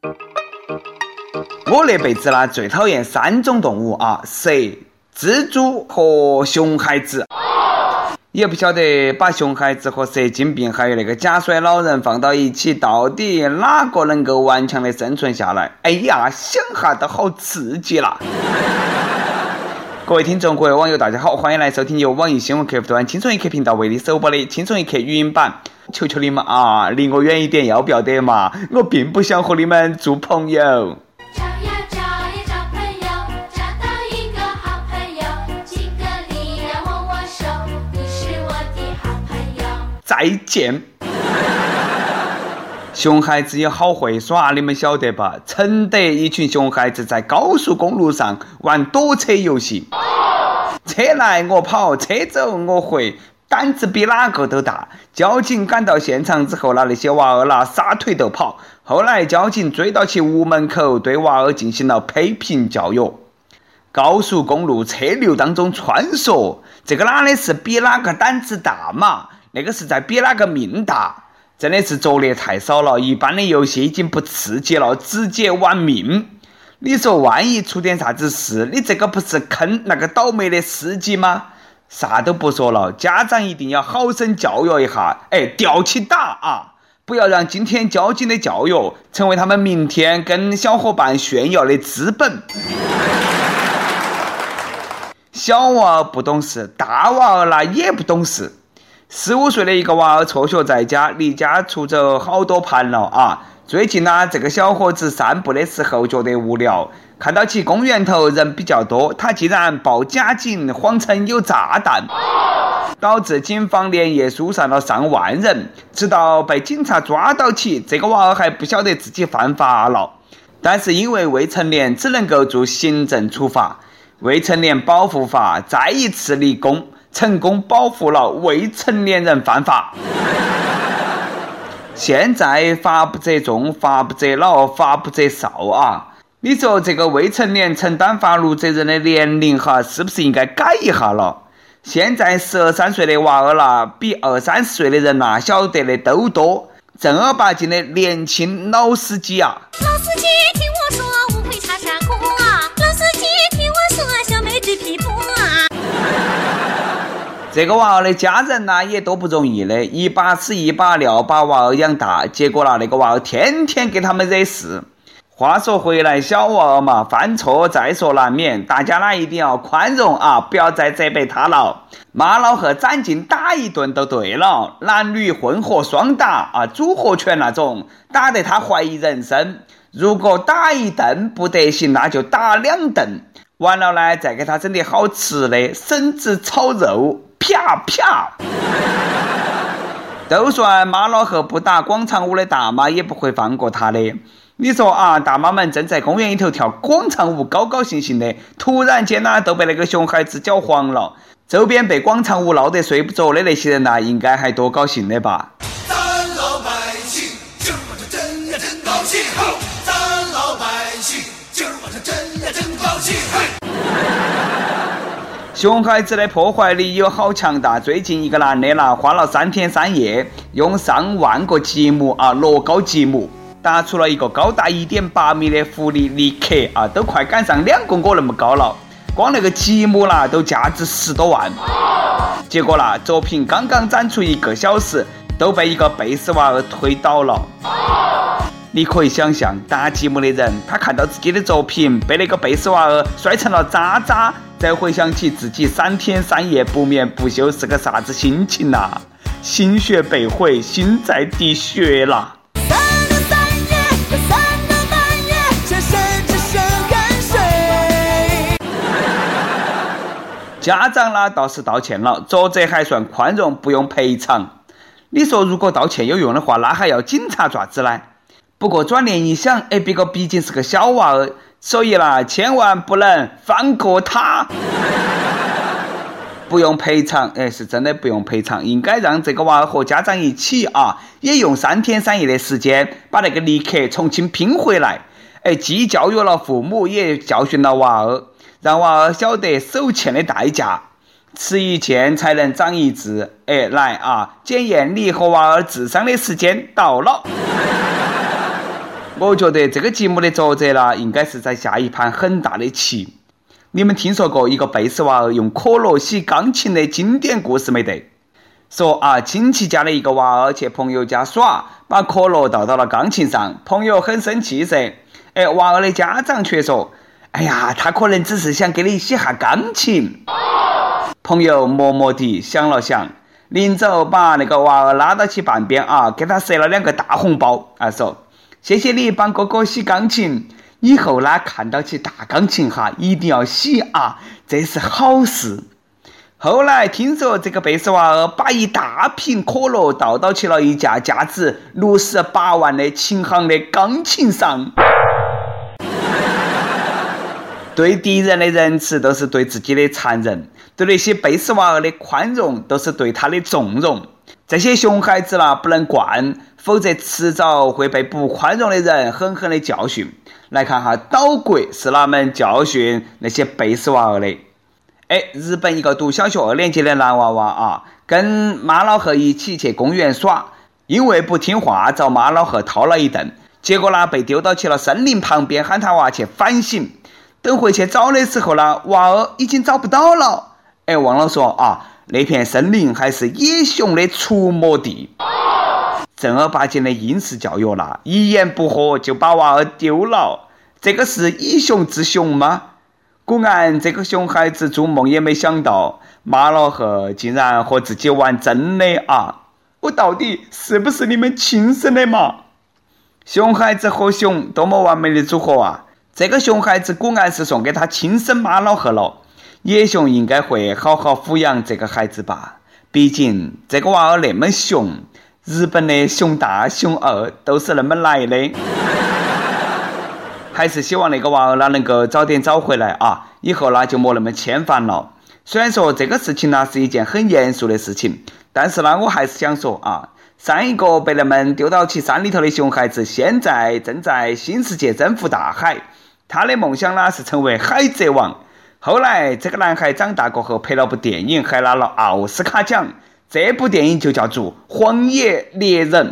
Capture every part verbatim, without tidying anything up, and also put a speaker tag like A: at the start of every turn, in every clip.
A: 我那辈子啦最讨厌三种动物啊，蛇、蜘蛛和熊孩子。也不晓得把熊孩子和蛇精病还有那个假摔老人放到一起，到底哪个能够顽强的生存下来？哎呀，想下都好刺激啦！各位听众，各位网友，大家好，欢迎来收听由网易新闻客户端轻松一刻频道为你首播的轻松一刻语音版。求求你们啊，离我远一点，要不要得嘛？我并不想和你们做朋友。
B: 找呀找呀找朋友，找到一个好朋友，几个你来握握手，你是我的好朋友。
A: 再见。熊孩子也好会耍，你们晓得吧？承德一群熊孩子在高速公路上玩躲车游戏，车来我跑，车走我回，胆子比哪个都大。交警赶到现场之后，那那些娃儿啦撒腿就跑。后来交警追到其屋门口，对娃儿进行了批评教育。高速公路车流当中穿梭，这个哪里是比哪个胆子大嘛？那个是在比哪个命大。真的是作孽太少了，一般的游戏已经不刺激了，直接玩命。你说万一出点啥子事，你这个不是坑那个倒霉的司机吗？啥都不说了，家长一定要好生教育一下，哎，吊起打啊！不要让今天交警的教育成为他们明天跟小伙伴炫耀的资本。小娃儿不懂事，大娃儿啦也不懂事。十五岁的一个娃儿辍学在家，离家出走好多盘了啊！最近呢，这个小伙子散步的时候觉得无聊，看到其公园头人比较多，他竟然报假警，谎称有炸弹，导致警方连夜疏散了上万人，直到被警察抓到起，这个娃儿还不晓得自己犯法了。但是因为未成年，只能够做行政处罚。未成年保护法再一次立功，成功保护了未成年人犯法。现在法不责众，法不责老，法不责少啊！你说这个未成年承担法律责任的年龄哈，是不是应该改一下了？现在十二三岁的娃儿啦，比二三十岁的人啦晓得的都多，正儿八经的年轻老司机啊！
B: 老司机听我说，无悔茶山苦啊！老司机听我说，小妹纸皮布啊！
A: 这个娃儿的家人呢也都不容易的，一把屎一把尿把娃儿养大，结果啦那个娃儿天天给他们惹事。话说回来，小娃儿嘛，犯错在所难免，大家呢一定要宽容啊，不要再责备他了。骂老和斩尽打一顿都对了，男女混合双打啊，组合拳那种，打得他怀疑人生。如果打一顿不得行，那就打两顿。完了呢，再给他整点好吃的，绳子炒肉，啪啪。都算妈老汉不打广场舞的大妈也不会放过他的。你说啊，大妈们正在公园里头跳广场舞，高高兴兴的，突然间呢，都被那个熊孩子搅黄了。周边被广场舞闹得睡不着的那些人呐，应该还多高兴的吧？
C: 咱老百姓今儿晚上真呀真高兴，咱老百姓今儿晚上真呀真高兴。
A: 熊孩子的破坏力有好强大，最近一个男的啦，花了三天三夜，用上万个积木啊，乐高积木，打出了一个高达 一点八米的狐狸尼克啊，都快赶上两公个那么高了。光那个积木啦，都价值十多万。结果啦，作品刚刚展出一个小时，都被一个贝斯娃儿推倒了。你可以想象，打积木的人，他看到自己的作品被那个贝斯娃儿摔成了渣渣，再回想起自己三天三夜不眠不休是个啥子心情呐、啊？心血被毁，心在滴血啦！
D: 三个三月，三个半月，只剩只剩汗水。
A: 家长啦倒是道歉了，作者还算宽容，不用赔偿。你说如果道歉有用的话，那还要警察爪子呢？不过转念一想，哎，别个毕竟是个小娃儿，所以啦，千万不能放过他。不用赔偿，哎，是真的不用赔偿，应该让这个娃儿和家长一起啊，也用三天三夜的时间把那个尼克重新拼回来。哎，既教育了父母，也教训了娃儿，让娃儿晓得手欠的代价。吃一堑才能长一智。哎，来啊，检验你和娃儿智商的时间到了。 我觉得这个节目的作者呢，应该是在下一盘很大的棋。你们听说过一个贝斯娃儿用可乐洗钢琴的经典故事没得？说啊，亲戚家的一个娃儿去朋友家耍，把可乐倒到了钢琴上，朋友很生气噻。哎，娃儿的家长却说：“哎呀，他可能只是想给你洗下钢琴。”朋友默默地想了想，临走把那个娃儿拉到起半边啊，给他塞了两个大红包啊，说：“谢谢你帮哥哥洗钢琴，以后呢看到起大钢琴哈，一定要洗啊，这是好事。”后来听说这个贝斯娃儿把一大瓶可乐倒到起了一架价值六十八万的琴行的钢琴上。对敌人的仁慈都是对自己的残忍，对那些贝斯娃儿的宽容都是对他的纵容。这些熊孩子啦不能惯，否则迟早会被不宽容的人狠狠的教训。来看哈，岛国是哪门教训那些贝斯娃儿的？哎，日本一个读小学二年级的男娃娃啊，跟妈老汉一起去公园耍，因为不听话遭妈老汉掏了一顿，结果呢被丢到去了森林旁边，喊他娃去反省。等回去找的时候呢，娃儿已经找不到了。哎，忘了说啊，那片森林还是野熊的出没地。正儿八经的应试教育啦，一言不合就把娃儿丢了，这个是以熊治熊吗？果然这个熊孩子做梦也没想到，妈老汉竟然和自己玩真的啊！我到底是不是你们亲生的嘛？熊孩子和熊多么完美的组合啊！这个熊孩子果然是送给他亲生妈老汉了。野熊应该会好好抚养这个孩子吧，毕竟这个娃儿那么熊，日本的熊大熊二都是那么来的。还是希望那个娃儿呢能够早点找回来啊，以后呢就莫那么牵烦了。虽然说这个事情呢是一件很严肃的事情，但是呢我还是想说啊，上一个被人们丢到其山里头的熊孩子，现在正在新世界征服大海，他的梦想呢是成为海贼王。后来这个男孩长大过后拍了部电影，还拿了奥斯卡奖，这部电影就叫做《荒野猎人》。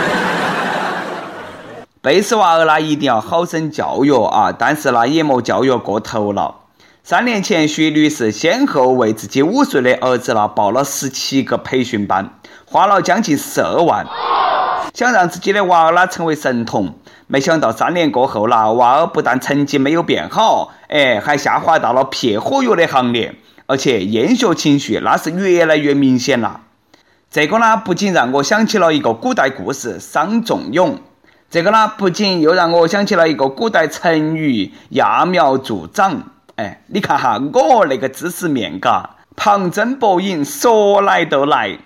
A: 贝斯娃儿呢一定要好生教育啊，但是呢也莫教育过头了。三年前，徐女士先后为自己五岁的儿子呢报了十七个培训班，花了将近十二万，想让自己的娃儿呢成为神童。没想到三年过后了，娃儿不但成绩没有变好，哎，还下滑到了撇火药的行列，而且厌学情绪那是越来越明显了。这个呢不仅让我想起了一个古代故事伤仲永，这个呢不仅又让我想起了一个古代成语揠苗助长。哎，你看哈我那个知识面嘎，旁征博引，说来都来。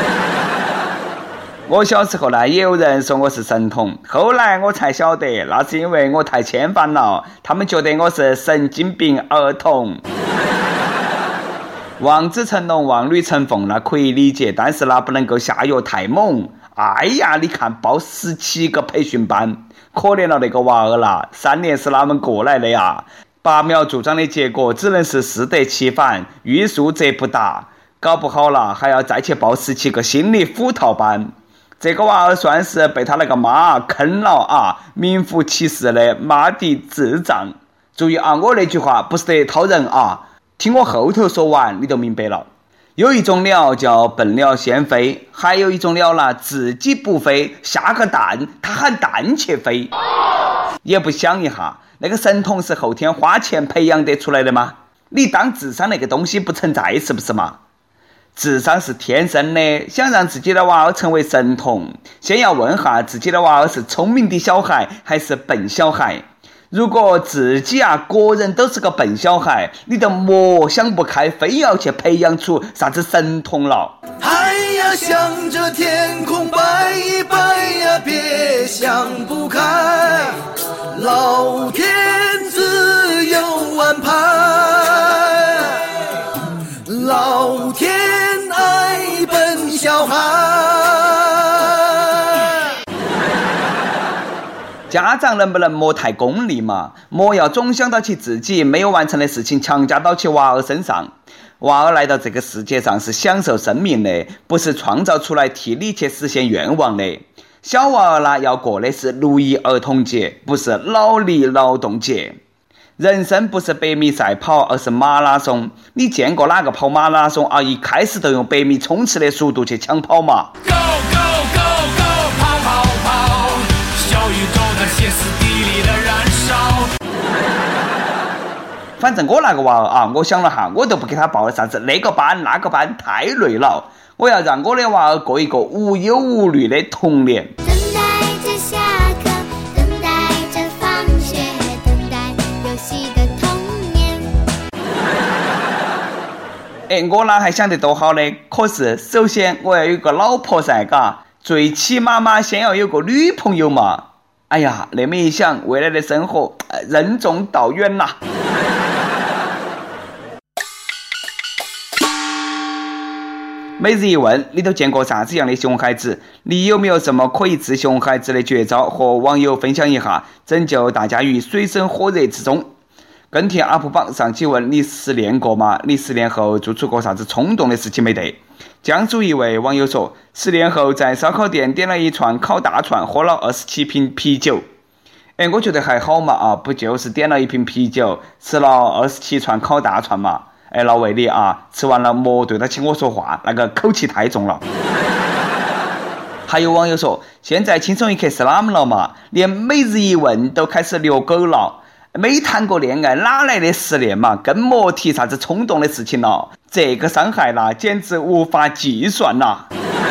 A: 我小时候呢也有人说我是神童，后来我才晓得那是因为我太牵烦了，他们觉得我是神经病儿童。望子成龙，望女成凤那可以理解，但是呢不能够下药太猛。哎呀，你看报十七个培训班，可怜了那个娃儿啦，三年是哪门过来的呀？拔苗助长的结果只能是适得其反，欲速则不达，搞不好了还要再去报十七个心理辅导班。这个娃儿算是被他那个妈坑了啊，名副其实的妈的智障。注意啊，我那句话不是得掏人啊，听我后头说完你就明白了。有一种鸟叫笨鸟先飞，还有一种鸟呢自己不飞，下个蛋它喊蛋去飞。也不想一下，那个神童是后天花钱培养得出来的吗？你当智商那个东西不存在是不是嘛？智商是天生的，想让自己的娃儿成为神童，先要问下自己的娃儿是聪明的小孩还是笨小孩。如果自己啊个人都是个笨小孩，你都莫想不开，非要去培养出啥子神童了。
D: 太阳向着天空摆一摆呀，别想不开，老天自有安排，老天爱笨小孩。
A: 家长能不能莫太功利嘛？莫要总想到起自己没有完成的事情强加到起娃儿身上。娃儿来到这个世界上是享受生命的，不是创造出来替你去实现愿望的。 小娃儿呢要过的是六一儿童节，不是脑力劳动节。人生不是百米赛跑，而是马拉松。你见过哪个跑马拉松啊？一开始都用百米冲刺的速度去抢跑嘛
C: Go go go go， 跑跑跑，小宇宙在歇斯底里的燃烧。
A: 反正我那个娃儿啊，我想了哈，我都不给他报啥子那个班那个班，太累了。我要让我的娃儿过一个无忧无虑的童年。
B: 等待着下课，等待着放学，等待游戏的童年。
A: 哎，我哪还想得多好呢？可是首先我要有个老婆噻，嘎，最起码嘛先要有个女朋友嘛。哎呀，那么一想，未来的生活、呃、任重道远呐。每日一问，你都见过啥子样的熊孩子？你有没有什么可以治熊孩子的绝招和网友分享一下，拯救大家于水深火热之中？跟帖 U P 榜上期问你失恋过吗？你失恋后做出过啥子冲动的事情没得？江苏一位网友说，失恋后在烧烤店点了一串烤大串，喝了二十七瓶啤酒。哎，我觉得还好嘛啊，不就是点了一瓶啤酒，吃了二十七串烤大串嘛？哎，老魏你啊，吃完了莫对得起我说话，那个口气太重了。还有网友说，现在轻松一刻是哪么了嘛？连每日一问都开始遛狗了。没谈过恋爱哪来的失恋嘛？更莫提啥子冲动的事情了。这个伤害啦，简直无法计算啦。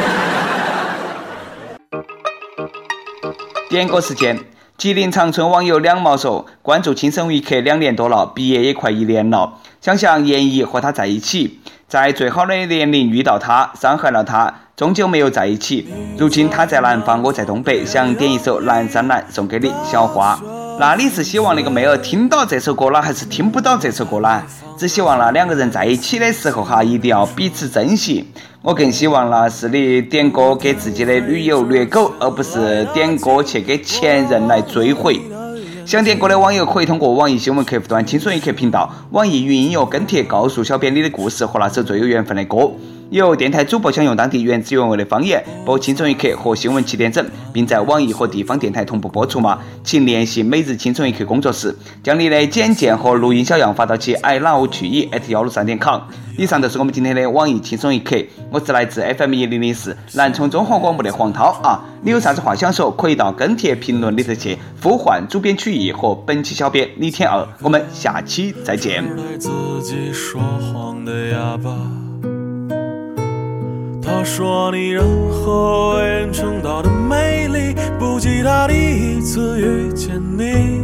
A: 点歌时间。吉林长春网友两毛说，关注轻松一刻两年多了，毕业也快一年了，想想严怡和他在一起，在最好的年龄遇到他，伤害了他，终究没有在一起。如今他在南方，我在东北，想点一首《南山南》送给你，小花。那你是希望那个妹儿听到这首歌了，还是听不到这首歌呢？只希望了两个人在一起的时候哈，一定要彼此珍惜。我更希望了是你点歌给自己的女友虐狗，而不是点歌去给前任来追回。想点歌的网友可以通过网易新闻客户端轻松一刻频道、网易云音乐跟帖告诉小编你的故事和那首最有缘分的歌。有电台主播想用当地原汁原味的方言播轻松一刻和新闻七点整，并在网易和地方电台同步播出吗？请联系每日轻松一刻工作室，将你的简介和录音小样发到其 i love 曲艺 at 一六三点 com。以上就是我们今天的网易轻松一刻，我是来自 F M 一零零四南充综合广播的黄涛啊！你有啥子话想说，可以到跟帖评论里头去呼唤主编曲艺和本期小编李天二，我们下期再见。
E: 他说你任何为人称道的美丽，不及他第一次遇见你。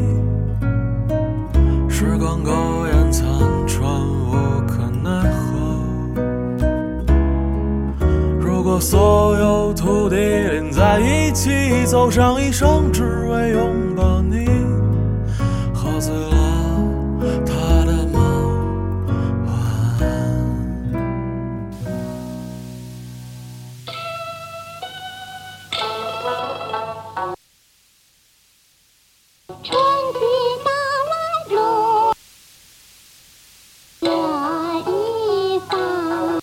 E: 时光苟延残喘，无可奈何。如果所有土地连在一起，走上一生只为拥抱你，喝醉了他的梦。
B: 春去到来路这一方。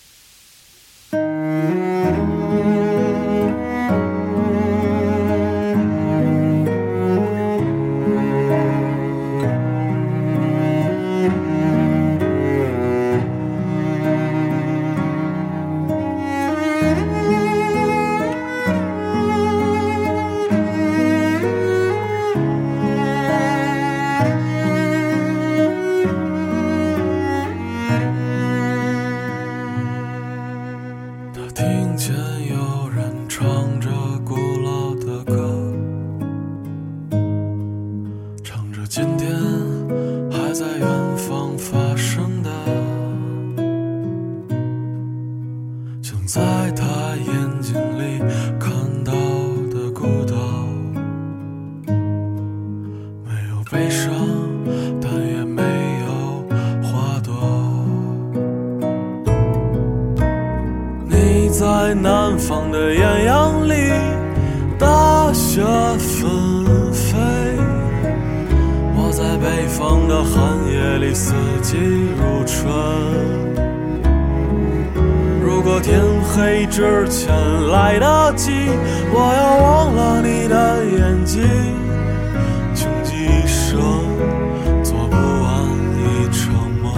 E: 听见有人唱着古老的歌，唱着今天还在远方发生的，像在他眼睛里看到的孤岛，没有悲伤，但也没有花朵。你在南方的艳阳里，大雪纷飞，我在北方的寒夜里，四季如春。如果天黑之前来得及，我要忘了你的眼睛，穷极一生做不完一场梦。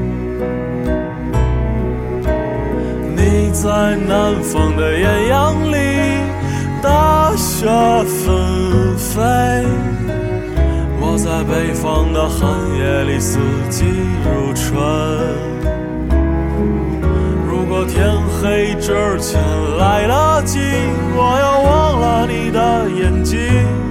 E: 你在南方的艳阳里大雪纷飞，我在北方的寒夜里四季如春。如果天黑之前来得及，我要忘了你的眼睛。